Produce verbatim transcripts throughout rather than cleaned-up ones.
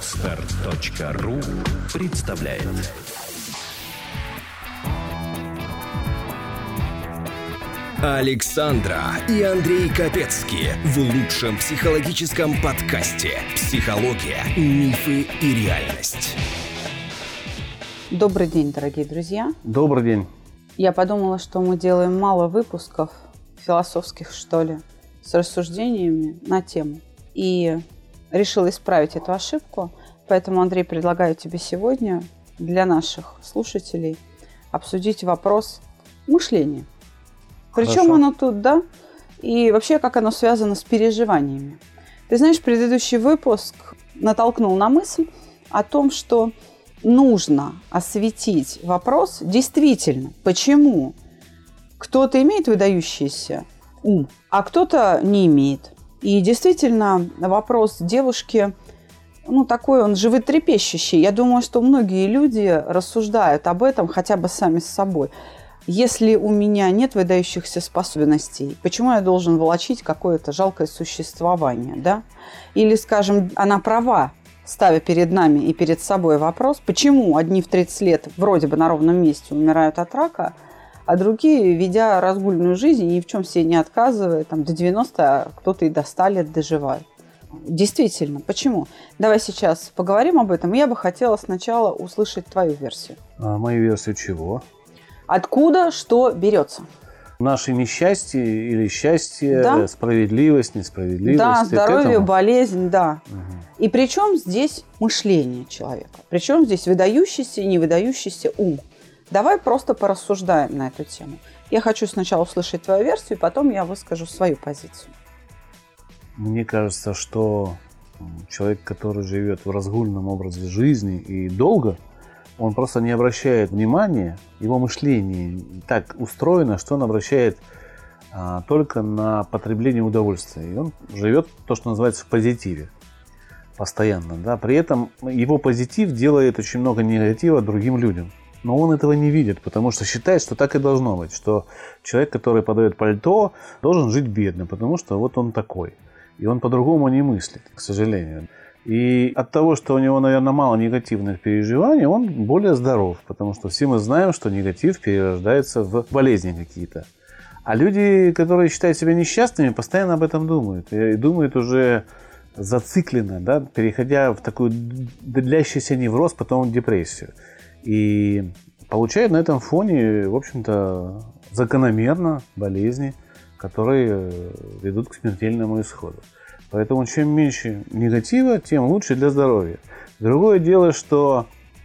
Подстер точка ру представляет. Александра и Андрей Капецки в лучшем психологическом подкасте «Психология, мифы и реальность». Добрый день, дорогие друзья. Добрый день. Я подумала, что мы делаем мало выпусков, философских, что ли, с рассуждениями на тему. И решила исправить эту ошибку. Поэтому, Андрей, предлагаю тебе сегодня для наших слушателей обсудить вопрос мышления. Причем Хорошо. оно тут, да? И вообще, как оно связано с переживаниями. Ты знаешь, предыдущий выпуск натолкнул на мысль о том, что нужно осветить вопрос действительно, почему кто-то имеет выдающийся ум, а кто-то не имеет. И действительно, вопрос девушки, ну, такой он животрепещущий. Я думаю, что многие люди рассуждают об этом хотя бы сами с собой. Если у меня нет выдающихся способностей, почему я должен волочить какое-то жалкое существование, да? Или, скажем, она права, ставя перед нами и перед собой вопрос, почему одни в тридцать лет вроде бы на ровном месте умирают от рака, а другие, ведя разгульную жизнь, ни в чем себе не отказывая, там, до девяноста, а кто-то и до ста лет доживает. Действительно, почему? Давай сейчас поговорим об этом. Я бы хотела сначала услышать твою версию. А мою версию чего? Откуда что берется? Наше несчастье или счастье, Да. справедливость, несправедливость. Да, здоровье, этому? болезнь, да. Угу. И при чем здесь мышление человека? Причем здесь выдающийся и не выдающийся ум? Давай просто порассуждаем на эту тему. Я хочу сначала услышать твою версию, потом я выскажу свою позицию. Мне кажется, что человек, который живет в разгульном образе жизни и долго, он просто не обращает внимания, его мышление так устроено, что он обращает а, только на потребление удовольствия. И он живет то, что называется в позитиве постоянно. Да? При этом его позитив делает очень много негатива другим людям. Но он этого не видит, потому что считает, что так и должно быть. Что человек, который подает пальто, должен жить бедно, потому что вот он такой. И он по-другому не мыслит, к сожалению. И от того, что у него, наверное, мало негативных переживаний, он более здоров. Потому что все мы знаем, что негатив перерождается в болезни какие-то. А люди, которые считают себя несчастными, постоянно об этом думают. И думают уже зацикленно, да, переходя в такой длящийся невроз, потом в депрессию. И получают на этом фоне, в общем-то, закономерно болезни, которые ведут к смертельному исходу. Поэтому чем меньше негатива, тем лучше для здоровья. Другое дело, что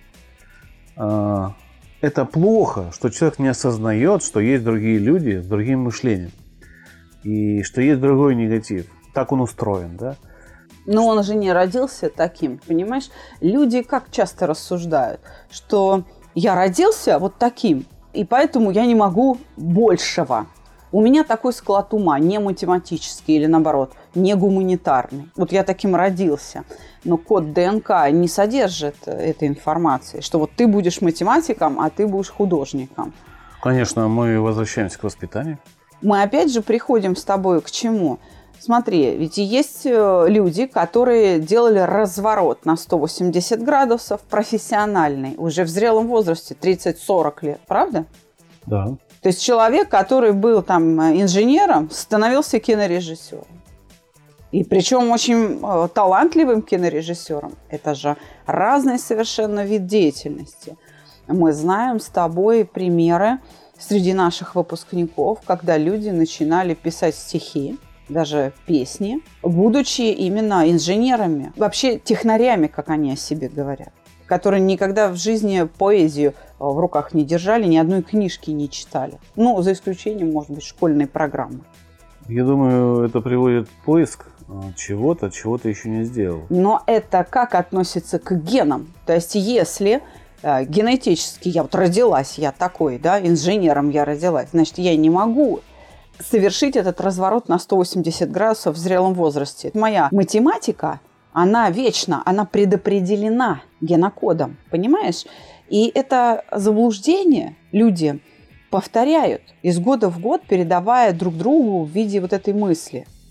э, это плохо, что человек не осознает, что есть другие люди с другим мышлением. И что есть другой негатив. Так он устроен, да? Но он же не родился таким, понимаешь? Люди как часто рассуждают, что я родился вот таким, и поэтому я не могу большего. У меня такой склад ума, не математический или, наоборот, не гуманитарный. Вот я таким родился. Но код ДНК не содержит этой информации, что вот ты будешь математиком, а ты будешь художником. Конечно, мы возвращаемся к воспитанию. Мы опять же приходим с тобой к чему? Смотри, ведь есть люди, которые делали разворот на сто восемьдесят градусов профессиональный, уже в зрелом возрасте, тридцать-сорок лет, правда? Да. То есть человек, который был там инженером, становился кинорежиссером. И причем очень э, талантливым кинорежиссером. Это же разный совершенно вид деятельности. Мы знаем с тобой примеры среди наших выпускников, когда люди начинали писать стихи, даже песни, будучи именно инженерами, вообще технарями, как они о себе говорят, которые никогда в жизни поэзию в руках не держали, ни одной книжки не читали. Ну, за исключением, может быть, школьной программы. Я думаю, это приводит в поиск чего-то, чего ты еще не сделал. Но это как относится к генам? То есть, если э, генетически я вот родилась, я такой, да, инженером я родилась, значит, я не могу совершить этот разворот на сто восемьдесят градусов в зрелом возрасте. Моя математика, она вечна, она предопределена генокодом, понимаешь? И это заблуждение люди повторяют из года в год, передавая друг другу в виде вот этой мысли.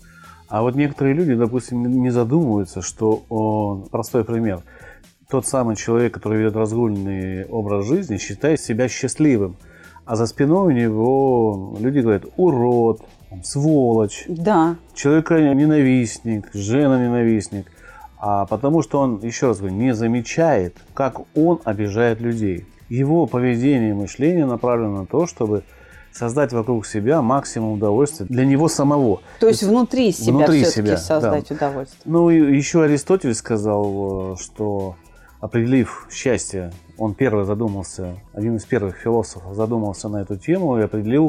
А вот некоторые люди, допустим, не задумываются, что он, простой пример, тот самый человек, который ведет разгульный образ жизни, считает себя счастливым, а за спиной у него люди говорят урод, сволочь, Да. человека-ненавистник, жена-ненавистник, а потому что он, еще раз говорю, не замечает, как он обижает людей. Его поведение и мышление направлено на то, чтобы создать вокруг себя максимум удовольствия для него самого. То есть внутри себя внутри все-таки себя, создать да. удовольствие. Ну, и еще Аристотель сказал, что, определив счастье, он первый задумался, один из первых философов задумался на эту тему и определил,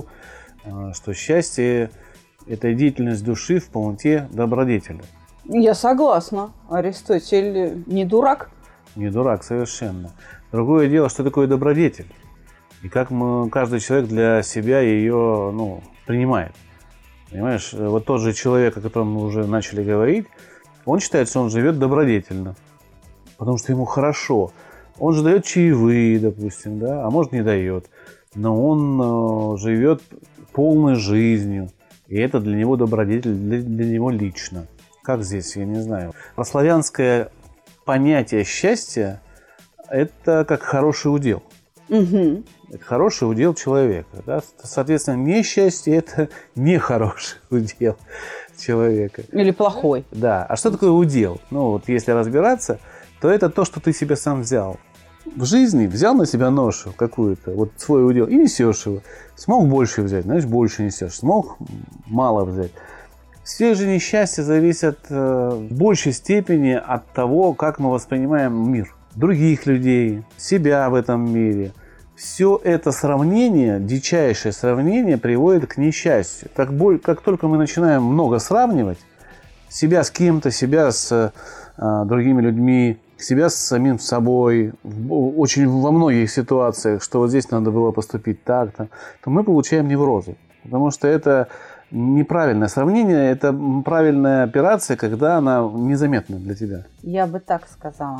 что счастье – это деятельность души в полноте добродетели. Я согласна. Аристотель не дурак. Не дурак совершенно. Другое дело, что такое добродетель. И как мы, каждый человек для себя ее ну, принимает. Понимаешь, вот тот же человек, о котором мы уже начали говорить, он считает, что он живет добродетельно, потому что ему хорошо. Он же дает чаевые, допустим, да, а может не дает. Но он э, живет полной жизнью, и это для него добродетель, для, для него лично. Как здесь, я не знаю. Прославянское понятие счастья – это как хороший удел. Угу. Это хороший удел человека. Да? Соответственно, несчастье – это нехороший удел человека. Или плохой. Да. А что такое удел? Ну, вот если разбираться, то это то, что ты себе сам взял. В жизни взял на себя ношу какую-то, вот свой удел, и несешь его. Смог больше взять, значит, больше несешь. Смог мало взять. Все же несчастья зависят э, в большей степени от того, как мы воспринимаем мир. Других людей, себя в этом мире. Все это сравнение, дичайшее сравнение, приводит к несчастью. Как, боль, как только мы начинаем много сравнивать, себя с кем-то, себя с э, другими людьми, себя с самим собой, в, очень во многих ситуациях, что вот здесь надо было поступить так-то, то мы получаем неврозы. Потому что это неправильное сравнение, это правильная операция, когда она незаметна для тебя. Я бы так сказала.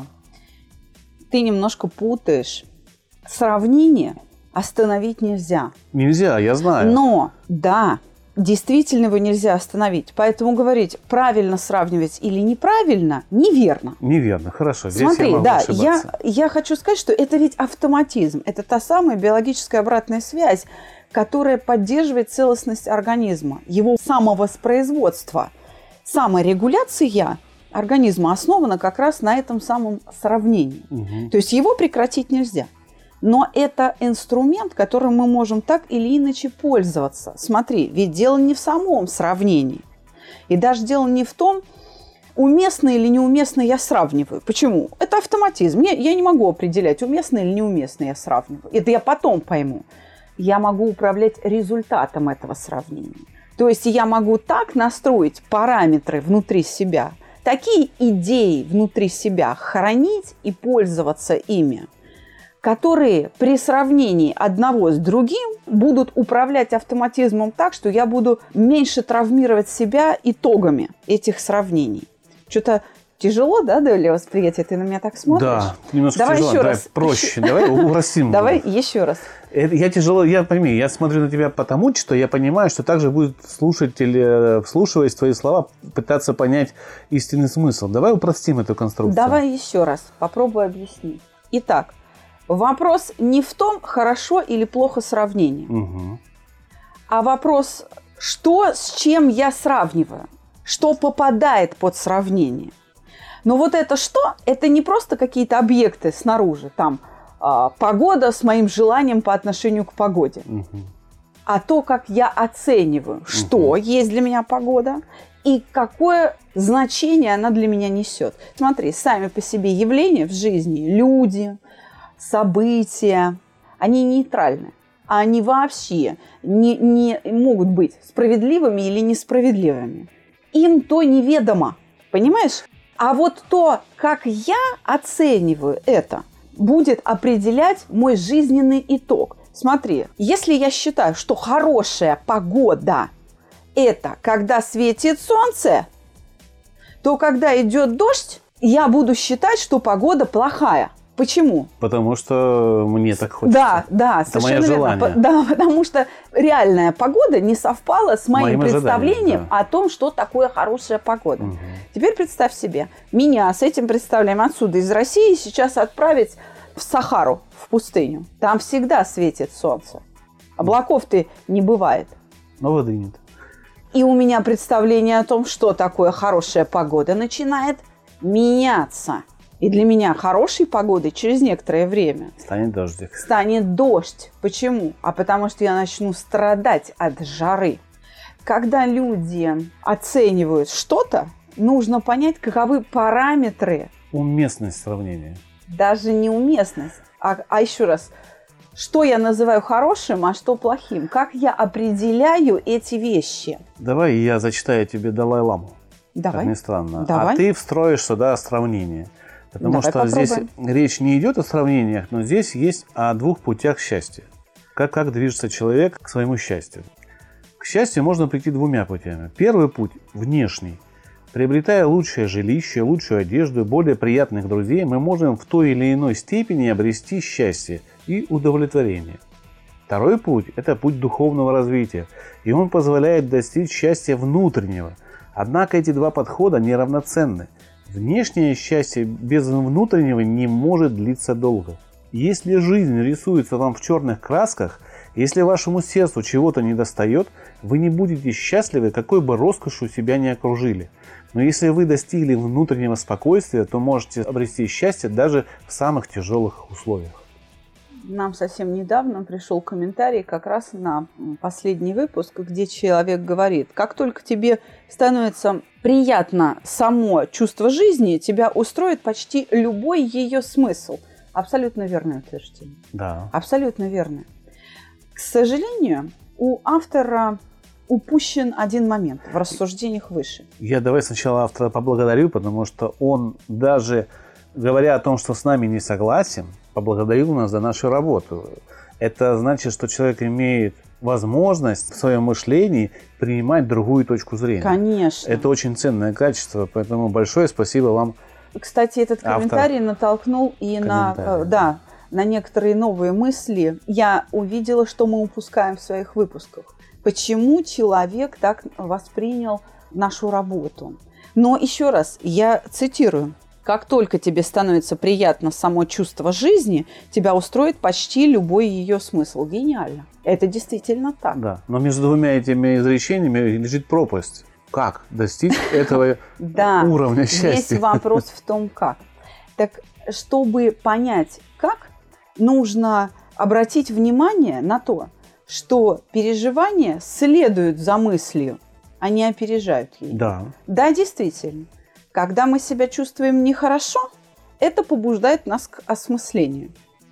Ты немножко путаешь. Сравнение остановить нельзя. Нельзя, я знаю. Но, да, действительно его нельзя остановить. Поэтому говорить, правильно сравнивать или неправильно, неверно. Неверно, хорошо. Здесь Смотри, я могу да, ошибаться. я, я хочу сказать, что это ведь автоматизм. Это та самая биологическая обратная связь, которая поддерживает целостность организма, его самовоспроизводство. Саморегуляция организма основана как раз на этом самом сравнении. Угу. То есть его прекратить нельзя. Но это инструмент, которым мы можем так или иначе пользоваться. Смотри, ведь дело не в самом сравнении. И даже дело не в том, уместно или неуместно я сравниваю. Почему? Это автоматизм. Я, я не могу определять, уместно или неуместно я сравниваю. Это я потом пойму. Я могу управлять результатом этого сравнения. То есть я могу так настроить параметры внутри себя, такие идеи внутри себя хранить и пользоваться ими, которые при сравнении одного с другим будут управлять автоматизмом так, что я буду меньше травмировать себя итогами этих сравнений. Что-то тяжело, да, для восприятия? Ты на меня так смотришь? Да, немножко Давай тяжело. еще Давай раз. проще, давай упростим. Давай еще раз. Это, я тяжело, я пойми, я смотрю на тебя потому, что я понимаю, что также будет слушатель, вслушиваясь в твои слова, пытаться понять истинный смысл. Давай упростим эту конструкцию. Давай еще раз, попробуй объяснить. Итак, вопрос не в том, хорошо или плохо сравнение, Угу. а вопрос, что с чем я сравниваю, что попадает под сравнение. Но вот это что? Это не просто какие-то объекты снаружи, там э, погода с моим желанием по отношению к погоде, Угу. а то, как я оцениваю, что Угу. есть для меня погода и какое значение она для меня несет. Смотри, сами по себе явления в жизни, люди, события, они нейтральны. Они вообще не, не могут быть справедливыми или несправедливыми. Им то неведомо, понимаешь? А вот то, как я оцениваю это, будет определять мой жизненный итог. Смотри, если я считаю, что хорошая погода – это когда светит солнце, то когда идет дождь, я буду считать, что погода плохая. Почему? Потому что мне так хочется. Да, да, это совершенно мое верно. желание. Да, потому что реальная погода не совпала с моим, моим представлением да. о том, что такое хорошая погода. Угу. Теперь представь себе, меня с этим представлением отсюда из России сейчас отправить в Сахару, в пустыню. Там всегда светит солнце. Облаков-то не бывает. Но воды нет. И у меня представление о том, что такое хорошая погода, начинает меняться. И для меня хорошей погодой через некоторое время станет дождик. Станет дождь. Почему? А потому что я начну страдать от жары. Когда люди оценивают что-то, нужно понять, каковы параметры. Уместность сравнения. Даже не уместность. А, а еще раз, что я называю хорошим, а что плохим? Как я определяю эти вещи? Давай я зачитаю тебе Далай-ламу. Давай. Как ни странно. Давай. А ты встроишь сюда сравнение. Потому Давай что попробуем. Здесь речь не идет о сравнениях, но здесь есть о двух путях счастья. Как, как движется человек к своему счастью. К счастью можно прийти двумя путями. Первый путь – внешний. Приобретая лучшее жилище, лучшую одежду, более приятных друзей, мы можем в той или иной степени обрести счастье и удовлетворение. Второй путь – это путь духовного развития, и он позволяет достичь счастья внутреннего. Однако эти два подхода неравноценны. Внешнее счастье без внутреннего не может длиться долго. Если жизнь рисуется вам в черных красках, если вашему сердцу чего-то недостает, вы не будете счастливы, какой бы роскошью себя не окружили. Но если вы достигли внутреннего спокойствия, то можете обрести счастье даже в самых тяжелых условиях. Нам совсем недавно пришел комментарий как раз на последний выпуск, где человек говорит, как только тебе становится приятно само чувство жизни, тебя устроит почти любой ее смысл. Абсолютно верное утверждение. Да. Абсолютно верно. К сожалению, у автора упущен один момент в рассуждениях выше. Я давай сначала автора поблагодарю, потому что он даже, говоря о том, что с нами не согласен, поблагодарил нас за нашу работу. Это значит, что человек имеет возможность в своем мышлении принимать другую точку зрения. Конечно. Это очень ценное качество, поэтому большое спасибо вам. Кстати, этот комментарий Автор. натолкнул и на, да, на некоторые новые мысли. Я увидела, что мы упускаем в своих выпусках. Почему человек так воспринял нашу работу? Но еще раз, я цитирую. Как только тебе становится приятно само чувство жизни, тебя устроит почти любой ее смысл. Гениально. Это действительно так. Да, но между двумя этими изречениями лежит пропасть. Как достичь этого уровня счастья? Весь вопрос в том, как. Так, чтобы понять, как, нужно обратить внимание на то, что переживания следуют за мыслью, а не опережают ее. Да. Да, действительно. Когда мы себя чувствуем нехорошо, это побуждает нас к осмыслению.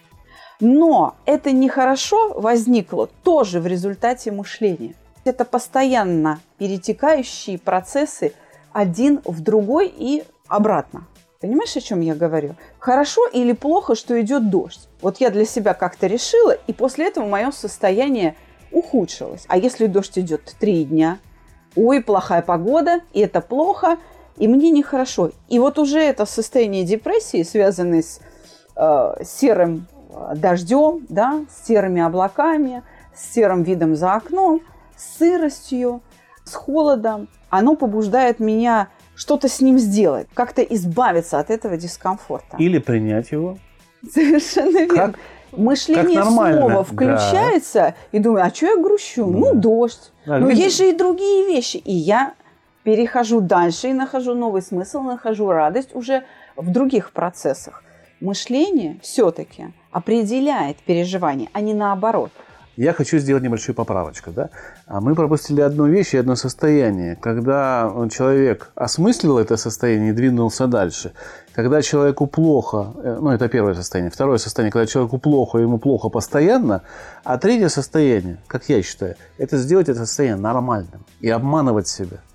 Но это нехорошо возникло тоже в результате мышления. Это постоянно перетекающие процессы один в другой и обратно. Понимаешь, о чем я говорю? Хорошо или плохо, что идет дождь? Вот я для себя как-то решила, и после этого мое состояние ухудшилось. А если дождь идет три дня? Ой, плохая погода, и это плохо, и мне нехорошо. И вот уже это состояние депрессии, связанное с э, серым дождем, да, с серыми облаками, с серым видом за окном, с сыростью, с холодом, оно побуждает меня что-то с ним сделать, как-то избавиться от этого дискомфорта. Или принять его. Совершенно верно. Как, Мышление как снова включается, да. И думаю, а что я грущу? Да. Ну, дождь. Да, Но видишь? Есть же и другие вещи. И я перехожу дальше и нахожу новый смысл, нахожу радость уже в других процессах. Мышление все-таки определяет переживание, а не наоборот. Я хочу сделать небольшую поправочку. Да? Мы пропустили одну вещь и одно состояние. Когда человек осмыслил это состояние и двинулся дальше, когда человеку плохо, ну это первое состояние, второе состояние, когда человеку плохо, ему плохо постоянно, а третье состояние, как я считаю, это сделать это состояние нормальным и обманывать себя.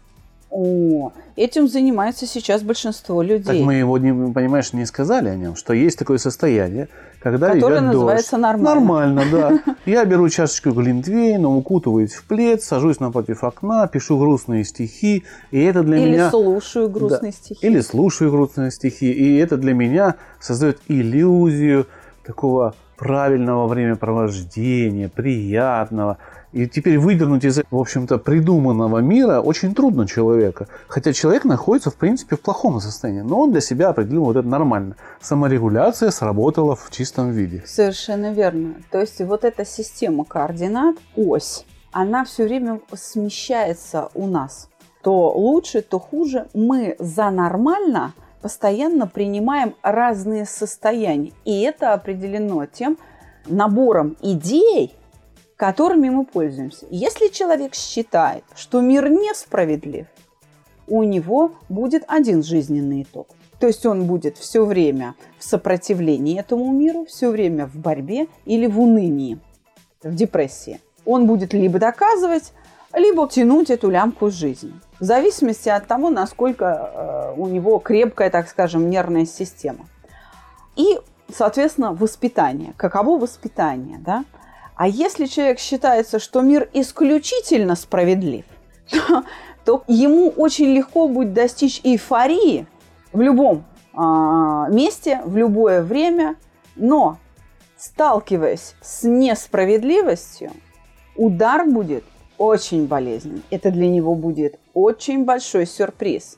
О, этим занимается сейчас большинство людей. Так мы его, не, понимаешь, не сказали о нем, что есть такое состояние, когда которое идет называется дождь. нормально. Нормально, да. Я беру чашечку глинтвейна, укутываюсь в плед, сажусь напротив окна, пишу грустные стихи, и это для Или меня... Или слушаю грустные да, стихи. Или слушаю грустные стихи, и это для меня создает иллюзию такого правильного времяпровождения, приятного. И теперь выдернуть из, в общем-то, придуманного мира очень трудно человека. Хотя человек находится, в принципе, в плохом состоянии. Но он для себя определил вот это нормально. Саморегуляция сработала в чистом виде. Совершенно верно. То есть вот эта система координат, ось, она все время смещается у нас. То лучше, то хуже. Мы за нормально постоянно принимаем разные состояния. И это определено тем набором идей, которыми мы пользуемся. Если человек считает, что мир несправедлив, у него будет один жизненный итог. То есть он будет все время в сопротивлении этому миру, все время в борьбе или в унынии, в депрессии. Он будет либо доказывать, либо тянуть эту лямку жизни. В зависимости от того, насколько у него крепкая, так скажем, нервная система. И, соответственно, воспитание. Каково воспитание, да? А если человек считается, что мир исключительно справедлив, то, то ему очень легко будет достичь эйфории в любом а, месте, в любое время, но, сталкиваясь с несправедливостью, удар будет очень болезненный. Это для него будет очень большой сюрприз.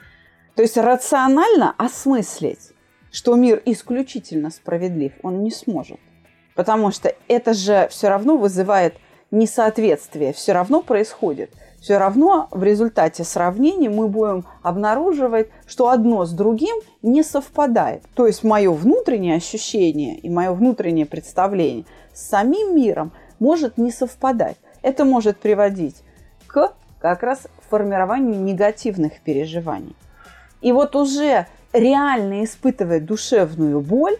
То есть рационально осмыслить, что мир исключительно справедлив, он не сможет. Потому что это же все равно вызывает несоответствие, все равно происходит. Все равно в результате сравнения мы будем обнаруживать, что одно с другим не совпадает. То есть мое внутреннее ощущение и мое внутреннее представление с самим миром может не совпадать. Это может приводить к как раз формированию негативных переживаний. И вот уже реально испытывая душевную боль,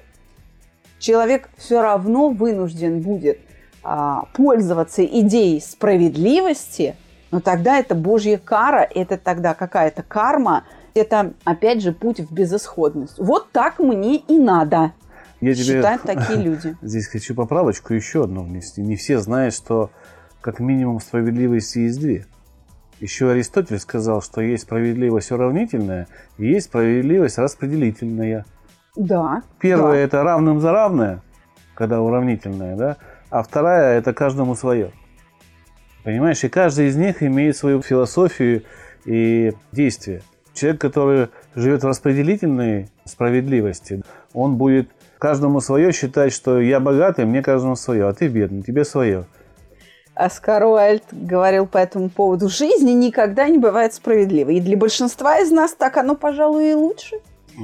человек все равно вынужден будет а, пользоваться идеей справедливости, но тогда это Божья кара, это тогда какая-то карма, это, опять же, путь в безысходность. Вот так мне и надо, Я считают тебе... такие люди. Здесь хочу поправочку еще одну внести. Не все знают, что как минимум справедливости есть две. Еще Аристотель сказал, что есть справедливость уравнительная и есть справедливость распределительная. Да. Первая да. это равным за равное, когда уравнительная, да, а вторая это каждому свое. Понимаешь, и каждый из них имеет свою философию и действие. Человек, который живет в распределительной справедливости, он будет каждому свое считать, что я богатый, мне каждому свое, а ты бедный, тебе свое. Оскар Уайльд говорил по этому поводу: жизнь никогда не бывает справедливой. И для большинства из нас так оно, пожалуй, и лучше.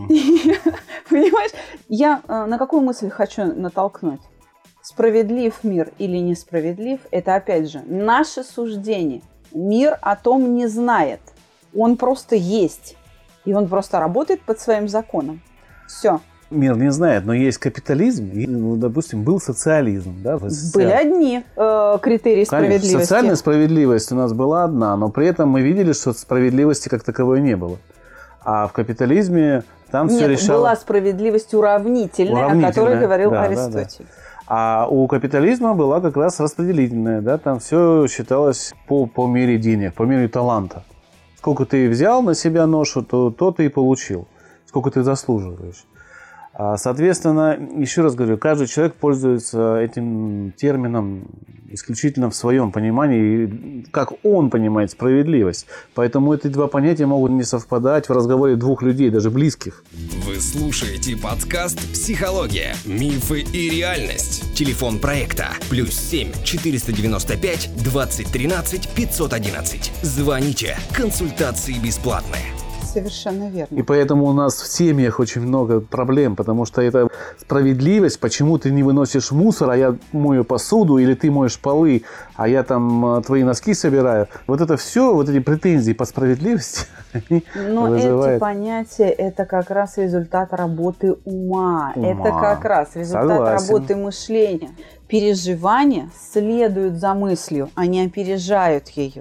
Понимаешь? Я на какую мысль хочу натолкнуть? Справедлив мир или несправедлив – это, опять же, наше суждение. Мир о том не знает. Он просто есть. И он просто работает под своим законом. Все. Мир не знает, но есть капитализм, и, ну, допустим, был социализм. Да? Были одни э, критерии справедливости. Конечно, социальная справедливость у нас была одна, но при этом мы видели, что справедливости как таковой не было. А в капитализме там Нет, все решало... была справедливость уравнительная, уравнительная, о которой говорил да, Аристотель. Да, да. А у капитализма была как раз распределительная, да, там все считалось по, по мере денег, по мере таланта. Сколько ты взял на себя ношу, то, то ты и получил. Сколько ты заслуживаешь. Соответственно, еще раз говорю, каждый человек пользуется этим термином исключительно в своем понимании, как он понимает справедливость. Поэтому эти два понятия могут не совпадать в разговоре двух людей, даже близких. Вы слушаете подкаст «Психология. Мифы и реальность». Телефон проекта плюс семь четыреста девяносто пять двадцать тринадцать пятьсот одиннадцать. Звоните. Консультации бесплатные. Совершенно верно. И поэтому у нас в семьях очень много проблем, потому что это справедливость, почему ты не выносишь мусор, а я мою посуду, или ты моешь полы, а я там твои носки собираю. Вот это все, вот эти претензии по справедливости, Но вызывают... эти понятия, это как раз результат работы ума. ума. Это как раз результат Согласен. работы мышления. Переживания следуют за мыслью, они опережают ее.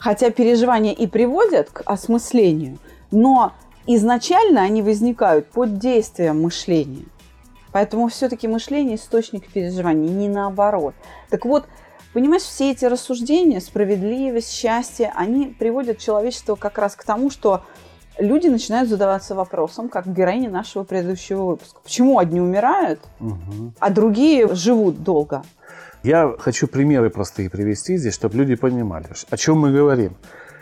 Хотя переживания и приводят к осмыслению, но изначально они возникают под действием мышления. Поэтому все-таки мышление – источник переживаний, не наоборот. Так вот, понимаешь, все эти рассуждения, справедливость, счастье, они приводят человечество как раз к тому, что люди начинают задаваться вопросом, как героини нашего предыдущего выпуска. Почему одни умирают, угу. а другие живут долго? Я хочу примеры простые привести здесь, чтобы люди понимали, о чем мы говорим.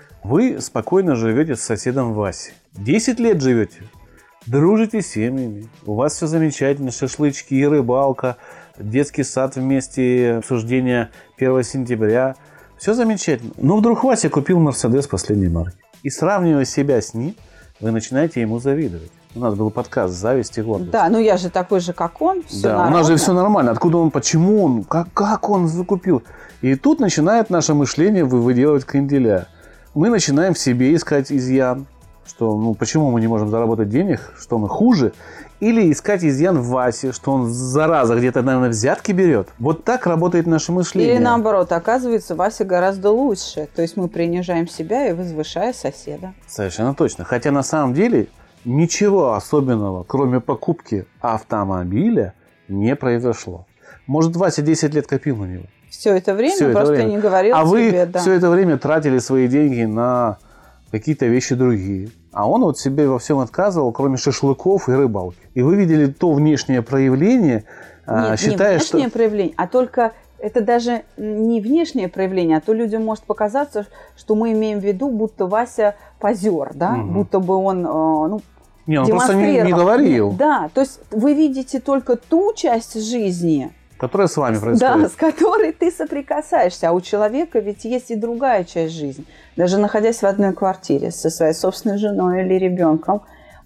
Вы спокойно живете с соседом Васей. десять лет живете, дружите с семьями, у вас все замечательно, шашлычки, рыбалка, детский сад вместе, обсуждение первого сентября. Все замечательно. Но вдруг Вася купил Мерседес последней марки. И сравнивая себя с ним, вы начинаете ему завидовать. У нас был подкаст «Зависть и гордость». Да, ну я же такой же, как он. Все да, нормально. У нас же все нормально. Откуда он, почему он, как, как он закупил? И тут начинает наше мышление выделывать кренделя. Мы начинаем в себе искать изъян. Что, ну, почему мы не можем заработать денег, что мы хуже. Или искать изъян в Васе, что он, зараза, где-то, наверное, взятки берет. Вот так работает наше мышление. Или наоборот, оказывается, Вася гораздо лучше. То есть мы принижаем себя и возвышаем соседа. Совершенно точно. Хотя на самом деле ничего особенного, кроме покупки автомобиля, не произошло. Может, Вася десять лет копил на него. Все это время все просто это время. не говорил а тебе. А вы да. все это время тратили свои деньги на какие-то вещи другие. А он вот себе во всем отказывал, кроме шашлыков и рыбалки. И вы видели то внешнее проявление, Нет, считая, не внешнее что... проявление, а только это даже не внешнее проявление, а то людям может показаться, что мы имеем в виду, будто Вася позер, да, угу. будто бы он, ну, не, он просто не, не говорил. Да, то есть вы видите только ту часть жизни, которая с вами происходит. Да, с которой ты соприкасаешься. А у человека ведь есть и другая часть жизни. Даже находясь в одной квартире со своей собственной женой или ребенком,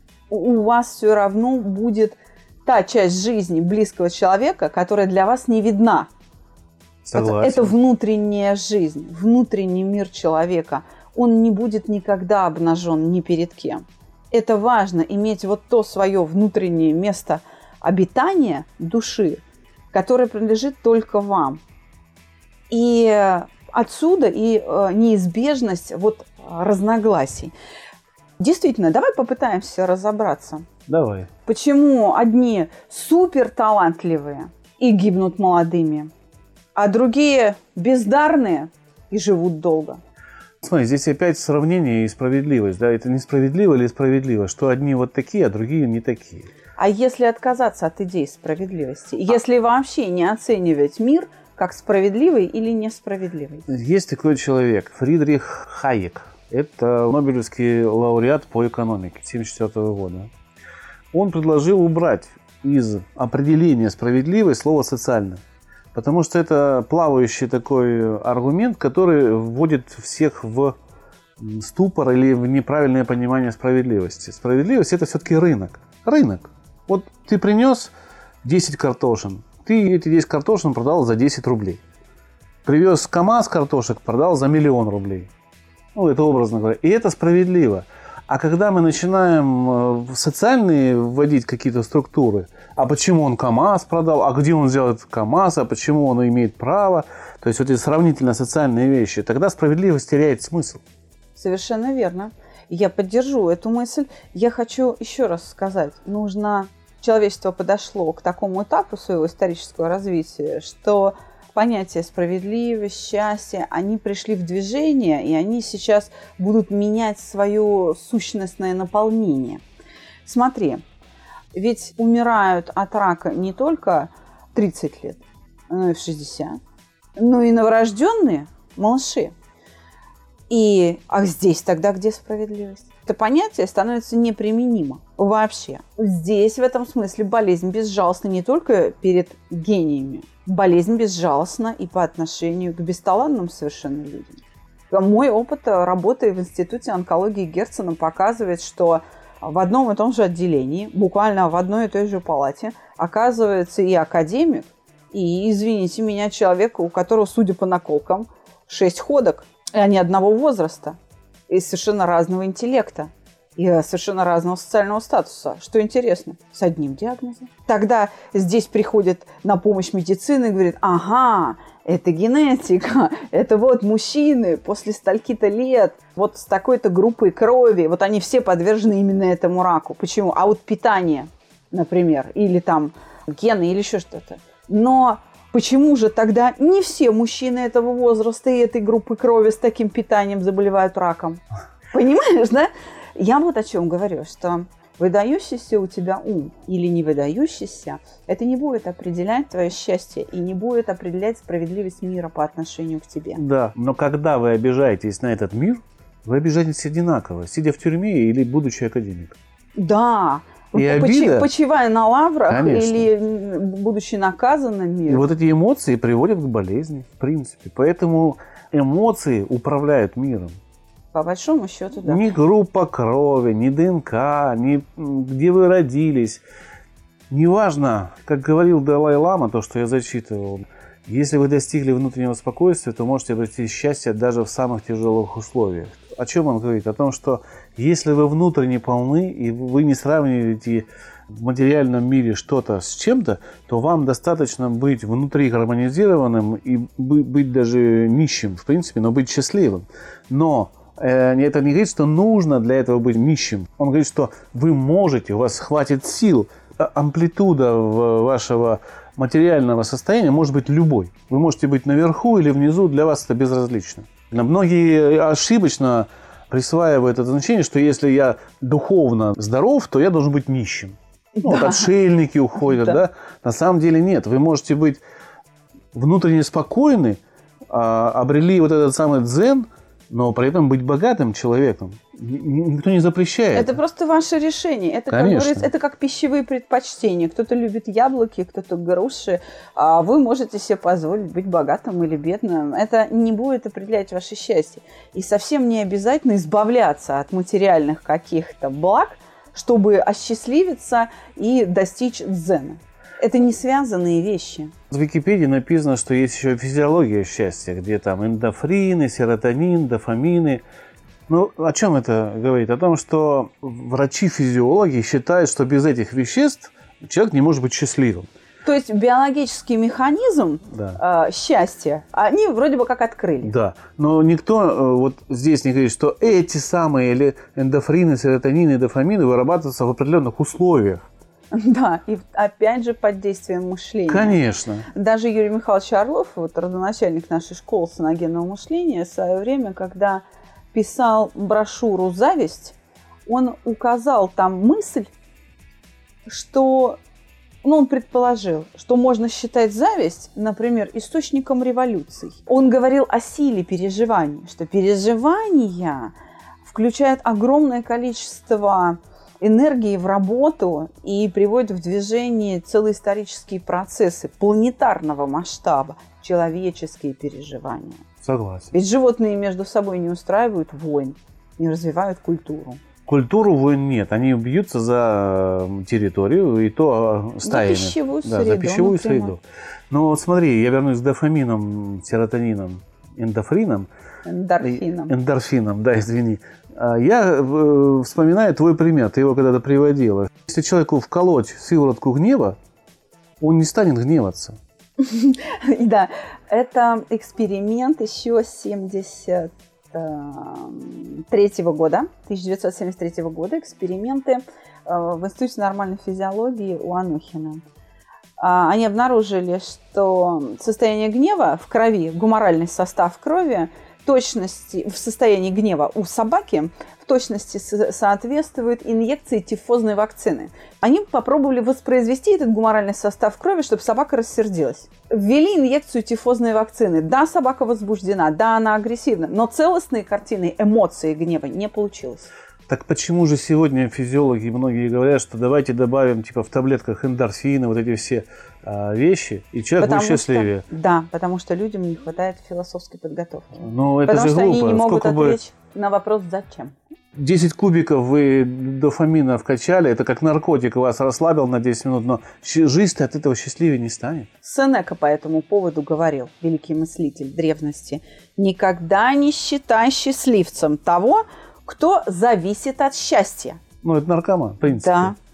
у вас все равно будет та часть жизни близкого человека, которая для вас не видна. Согласен. Это внутренняя жизнь, внутренний мир человека. Он не будет никогда обнажен ни перед кем. Это важно, иметь вот то свое внутреннее место обитания души, которое принадлежит только вам. И отсюда и неизбежность вот разногласий. Действительно, давай попытаемся разобраться. Давай. Почему одни супер талантливые и гибнут молодыми, а другие бездарные и живут долго? Смотри, здесь опять сравнение и справедливость. Да? Это несправедливо или справедливо, что одни вот такие, а другие не такие. А если отказаться от идей справедливости? Если вообще не оценивать мир как справедливый или несправедливый? Есть такой человек, Фридрих Хайек. Это Нобелевский лауреат по экономике тысяча девятьсот семьдесят четвёртого года. Он предложил убрать из определения справедливой слово «социально». Потому что это плавающий такой аргумент, который вводит всех в ступор или в неправильное понимание справедливости. Справедливость – это все-таки рынок. Рынок. Вот ты принес десять картошин, ты эти десять картошин продал за десять рублей. Привез КАМАЗ картошек, продал за миллион рублей. Ну, это образно говоря. И это справедливо. А когда мы начинаем социальные вводить какие-то структуры, а почему он КАМАЗ продал, а где он взял этот КАМАЗ, а почему он имеет право, то есть вот эти сравнительно социальные вещи, тогда справедливость теряет смысл. Совершенно верно. Я поддержу эту мысль. Я хочу еще раз сказать, нужно... Человечество подошло к такому этапу своего исторического развития, что понятия справедливость, счастье, они пришли в движение, и они сейчас будут менять свое сущностное наполнение. Смотри, ведь умирают от рака не только тридцать лет, но и в шестьдесят, но и новорожденные малыши. И, а здесь тогда где справедливость? Это понятие становится неприменимо вообще. Здесь в этом смысле болезнь безжалостна не только перед гениями. Болезнь безжалостна и по отношению к бесталанным совершенно людям. Мой опыт работы в Институте онкологии Герцена показывает, что в одном и том же отделении, буквально в одной и той же палате, оказывается и академик, и, извините меня, человек, у которого, судя по наколкам, шесть ходок, и они одного возраста, и совершенно разного интеллекта, и совершенно разного социального статуса. Что интересно, с одним диагнозом. Тогда здесь приходит на помощь медицина и говорит, ага, это генетика, это вот мужчины после стольки-то лет, вот с такой-то группой крови, вот они все подвержены именно этому раку. Почему? А вот питание, например, или там гены, или еще что-то. Но почему же тогда не все мужчины этого возраста и этой группы крови с таким питанием заболевают раком? Понимаешь, да? Я вот о чем говорю, что выдающийся у тебя ум или не выдающийся, это не будет определять твое счастье и не будет определять справедливость мира по отношению к тебе. Да, но когда вы обижаетесь на этот мир, вы обижаетесь одинаково, сидя в тюрьме или будучи академиком. Да, и обида, почивая на лаврах, конечно, или будучи наказанным миром. И вот эти эмоции приводят к болезни, в принципе. Поэтому эмоции управляют миром. По большому счету, да. Ни группа крови, ни ДНК, ни где вы родились. Неважно, как говорил Далай-лама, то, что я зачитывал, если вы достигли внутреннего спокойствия, то можете обрести счастье даже в самых тяжелых условиях. О чем он говорит? О том, что если вы внутренне полны, и вы не сравниваете в материальном мире что-то с чем-то, то вам достаточно быть внутри гармонизированным и быть даже нищим, в принципе, но быть счастливым. Но это не говорит, что нужно для этого быть нищим. Он говорит, что вы можете, у вас хватит сил. Амплитуда вашего материального состояния может быть любой. Вы можете быть наверху или внизу, для вас это безразлично. Многие ошибочно присваивают это значение, что если я духовно здоров, то я должен быть нищим. Ну, да. Вот отшельники уходят, да. да? На самом деле нет. Вы можете быть внутренне спокойны, обрели вот этот самый дзен, но при этом быть богатым человеком. Никто не запрещает. Это просто ваше решение. Это, как говорится, это как пищевые предпочтения. Кто-то любит яблоки, кто-то груши. А вы можете себе позволить быть богатым или бедным. Это не будет определять ваше счастье. И совсем не обязательно избавляться от материальных каких-то благ, чтобы осчастливиться и достичь дзена. Это не связанные вещи. В Википедии написано, что есть еще физиология счастья, где там эндорфины, серотонин, дофамины. Ну, о чем это говорит? О том, что врачи-физиологи считают, что без этих веществ человек не может быть счастливым. То есть биологический механизм да. э, счастья, они вроде бы как открыли. Да, но никто э, вот здесь не говорит, что эти самые или эндорфины, серотонины и дофамины вырабатываются в определенных условиях. Да, и опять же под действием мышления. Конечно. Даже Юрий Михайлович Орлов, вот родоначальник нашей школы саногенного мышления, в свое время, когда писал брошюру «Зависть», он указал там мысль, что, ну, он предположил, что можно считать зависть, например, источником революций. Он говорил о силе переживаний, что переживания включают огромное количество энергии в работу и приводят в движение целые исторические процессы планетарного масштаба, человеческие переживания. Согласен. Ведь животные между собой не устраивают войн, не развивают культуру. Культуру войн нет. Они бьются за территорию, и то стаями. За пищевую да, среду. За пищевую например. среду. Но вот смотри, я вернусь к дофамином, серотонином, эндорфином. Эндорфином. Эндорфином, да, извини. Я вспоминаю твой пример, ты его когда-то приводила. Если человеку вколоть сыворотку гнева, он не станет гневаться. Да, это эксперимент еще семьдесят третьего года, тысяча девятьсот семьдесят третьего года, эксперименты в Институте нормальной физиологии у Анохина. Они обнаружили, что состояние гнева в крови, гуморальный состав крови, точности в состоянии гнева у собаки в точности соответствует инъекции тифозной вакцины. Они попробовали воспроизвести этот гуморальный состав крови, чтобы собака рассердилась. Ввели инъекцию тифозной вакцины. Да, собака возбуждена, да, она агрессивна, но целостной картины эмоций гнева не получилось. Так почему же сегодня физиологи многие говорят, что давайте добавим типа в таблетках эндорфины, вот эти все а, вещи, и человек потому будет счастливее? Что, да, потому что людям не хватает философской подготовки. Ну, это потому же что глупо. они не могут Сколько ответить бы... на вопрос «зачем?». десять кубиков вы дофамина вкачали, это как наркотик, вас расслабил на десять минут, но жизнь-то от этого счастливее не станет. Сенека по этому поводу говорил, великий мыслитель древности: «Никогда не считай счастливцем того, кто зависит от счастья». Ну, это наркоман, в принципе. Да.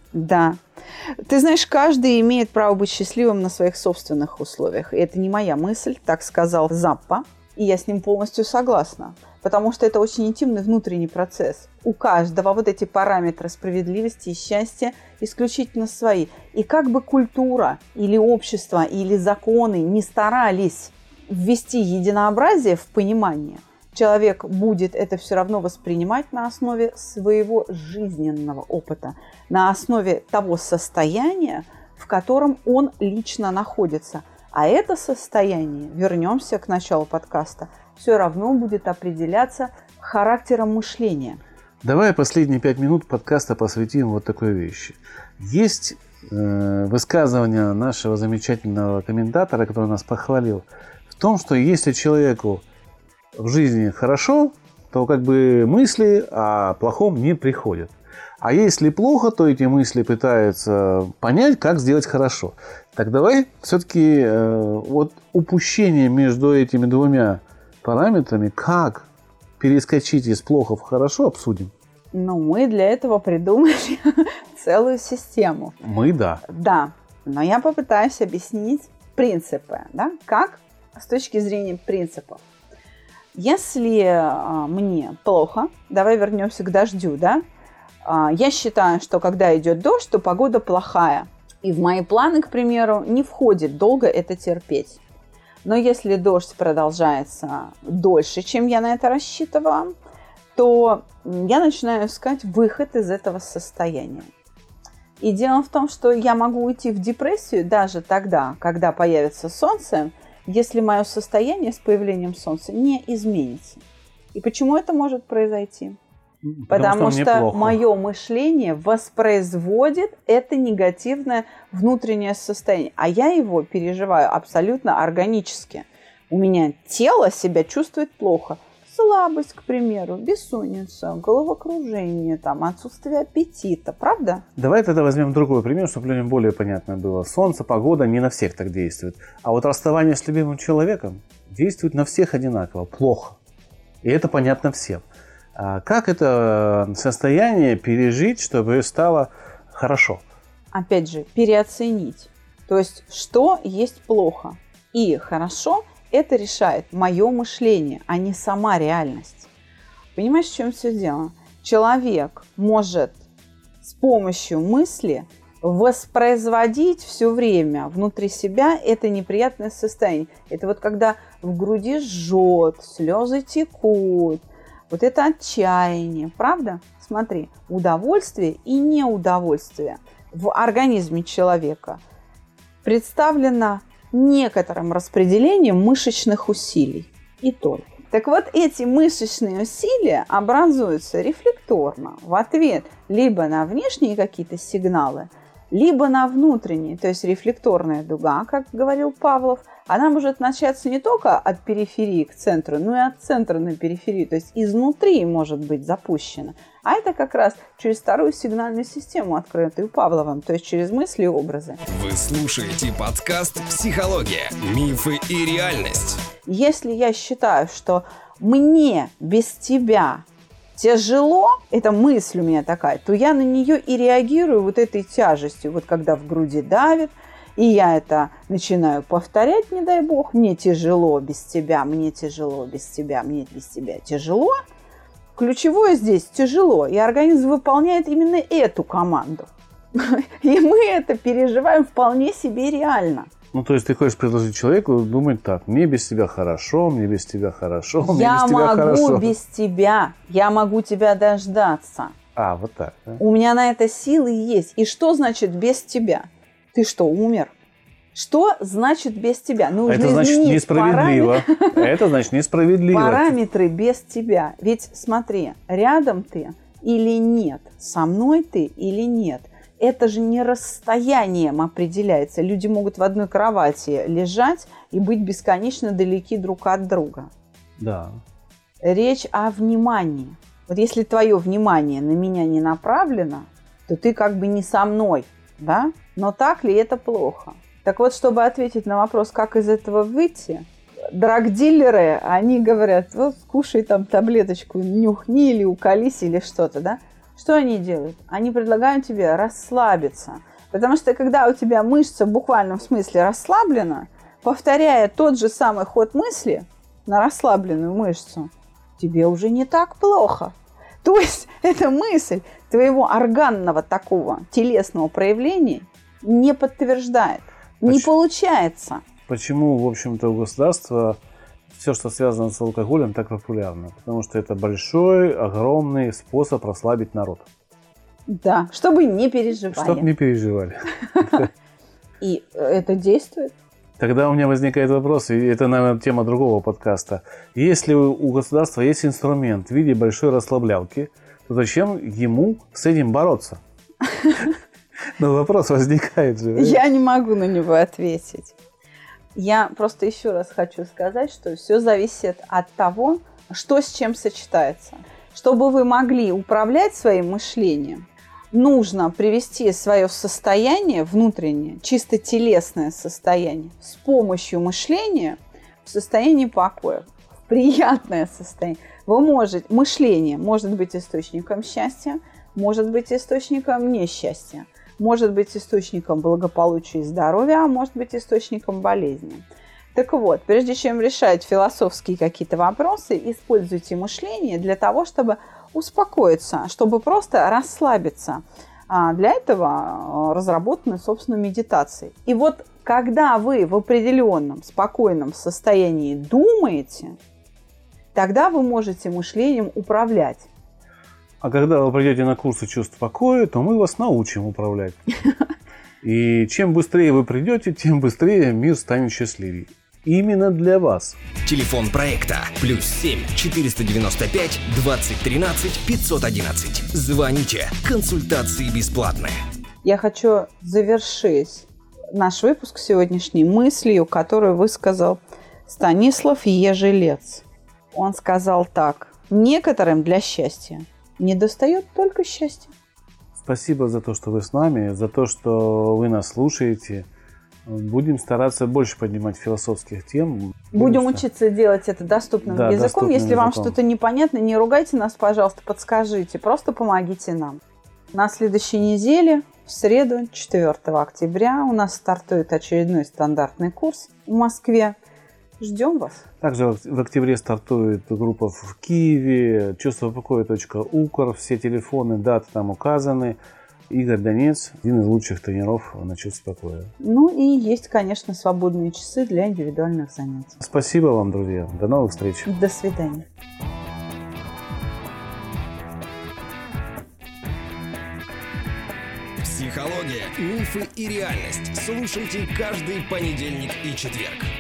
Да. Ты знаешь, каждый имеет право быть счастливым на своих собственных условиях. И это не моя мысль, так сказал Заппа. И я с ним полностью согласна. Потому что это очень интимный внутренний процесс. У каждого вот эти параметры справедливости и счастья исключительно свои. И как бы культура или общество, или законы не старались ввести единообразие в понимание, человек будет это все равно воспринимать на основе своего жизненного опыта, на основе того состояния, в котором он лично находится. А это состояние, вернемся к началу подкаста, все равно будет определяться характером мышления. Давай последние пять минут подкаста посвятим вот такой вещи. Есть э, высказывание нашего замечательного комментатора, который нас похвалил, в том, что если человеку в жизни хорошо, то как бы мысли о плохом не приходят. А если плохо, то эти мысли пытаются понять, как сделать хорошо. Так давай все-таки э, вот упущение между этими двумя параметрами, как перескочить из плохо в хорошо, обсудим. Ну, мы для этого придумали целую систему. Мы, да. Да, но я попытаюсь объяснить принципы, да, как с точки зрения принципов. Если а, мне плохо, давай вернемся к дождю, да, а, я считаю, что когда идет дождь, то погода плохая. И в мои планы, к примеру, не входит долго это терпеть. Но если дождь продолжается дольше, чем я на это рассчитывала, то я начинаю искать выход из этого состояния. И дело в том, что я могу уйти в депрессию даже тогда, когда появится солнце, если мое состояние с появлением солнца не изменится. И почему это может произойти? Потому, Потому что, что мое мышление воспроизводит это негативное внутреннее состояние, а я его переживаю абсолютно органически. У меня тело себя чувствует плохо. Слабость, к примеру, бессонница, головокружение, там, отсутствие аппетита. Правда? Давай тогда возьмем другой пример, чтобы людям более понятно было. Солнце, погода не на всех так действует. А вот расставание с любимым человеком действует на всех одинаково, плохо. И это понятно всем. А как это состояние пережить, чтобы стало хорошо? Опять же, переоценить. То есть, что есть плохо и хорошо – это решает мое мышление, а не сама реальность. Понимаешь, в чем все дело? Человек может с помощью мысли воспроизводить все время внутри себя это неприятное состояние. Это вот когда в груди жжет, слезы текут, вот это отчаяние, правда? Смотри, удовольствие и неудовольствие в организме человека представлено некоторым распределением мышечных усилий. И только. Так вот, эти мышечные усилия образуются рефлекторно в ответ либо на внешние какие-то сигналы, либо на внутренние. То есть рефлекторная дуга, как говорил Павлов, она может начаться не только от периферии к центру, но и от центра на периферию. То есть изнутри может быть запущена. А это как раз через вторую сигнальную систему, открытую Павловым, то есть через мысли и образы. Вы слушаете подкаст «Психология. Мифы и реальность». Если я считаю, что мне без тебя тяжело, это мысль у меня такая, то я на нее и реагирую вот этой тяжестью. Вот когда в груди давит, и я это начинаю повторять, не дай бог, мне тяжело без тебя, мне тяжело без тебя, мне без тебя тяжело. Ключевое здесь тяжело, и организм выполняет именно эту команду. И мы это переживаем вполне себе реально. Ну, то есть ты хочешь предложить человеку думать так: мне без тебя хорошо, мне без тебя хорошо, мне я без тебя могу хорошо. без тебя, я могу тебя дождаться. А, вот так. Да? У меня на это силы есть. И что значит без тебя? Ты что, умер? Что значит без тебя? Нужно это значит несправедливо. Параметры... Это значит несправедливо. Параметры без тебя. Ведь смотри, рядом ты или нет, со мной ты или нет. Это же не расстоянием определяется. Люди могут в одной кровати лежать и быть бесконечно далеки друг от друга. Да. Речь о внимании. Вот если твое внимание на меня не направлено, то ты как бы не со мной, да? Но так ли это плохо? Так вот, чтобы ответить на вопрос, как из этого выйти, драгдилеры, они говорят: вот кушай там таблеточку, нюхни или уколись или что-то, да? Что они делают? Они предлагают тебе расслабиться. Потому что когда у тебя мышца в буквальном смысле расслаблена, повторяя тот же самый ход мысли на расслабленную мышцу, тебе уже не так плохо. То есть эта мысль твоего органного такого телесного проявления не подтверждает, не Почему? получается. Почему, в общем-то, у государства все, что связано с алкоголем, так популярно? Потому что это большой, огромный способ расслабить народ. Да, чтобы не переживали. Чтобы не переживали. И это действует. Тогда у меня возникает вопрос, и это, наверное, тема другого подкаста. Если у государства есть инструмент в виде большой расслаблялки, то зачем ему с этим бороться? Но вопрос возникает же. Я не могу на него ответить. Я просто еще раз хочу сказать, что все зависит от того, что с чем сочетается. Чтобы вы могли управлять своим мышлением, нужно привести свое состояние внутреннее, чисто телесное состояние, с помощью мышления в состояние покоя, в приятное состояние. Вы можете, мышление может быть источником счастья, может быть источником несчастья, может быть источником благополучия и здоровья, а может быть источником болезни. Так вот, прежде чем решать философские какие-то вопросы, используйте мышление для того, чтобы успокоиться, чтобы просто расслабиться. А для этого разработаны, собственно, медитации. И вот когда вы в определенном спокойном состоянии думаете, тогда вы можете мышлением управлять. А когда вы придете на курсы чувств покоя, то мы вас научим управлять. И чем быстрее вы придете, тем быстрее мир станет счастливее. Именно для вас. Телефон проекта плюс семь четыреста девяносто пять двадцать тринадцать пятьсот одиннадцать. Звоните. Консультации бесплатные. Я хочу завершить наш выпуск сегодняшней мыслью, которую высказал Станислав Ежелец. Он сказал так: некоторым для счастья недостает только счастья. Спасибо за то, что вы с нами, за то, что вы нас слушаете. Будем стараться больше поднимать философских тем. Будем конечно. учиться делать это доступным да, языком. Доступным Если языком. вам что-то непонятно, не ругайте нас, пожалуйста, подскажите. Просто помогите нам. На следующей неделе, в среду, четвёртого октября, у нас стартует очередной стандартный курс в Москве. Ждем вас. Также в октябре стартует группа в Киеве, чувство покоя точка укр, все телефоны, даты там указаны. Игорь Донец, один из лучших тренеров на чувство покоя. Ну и есть, конечно, свободные часы для индивидуальных занятий. Спасибо вам, друзья. До новых встреч. До свидания. Психология, мифы и реальность. Слушайте каждый понедельник и четверг.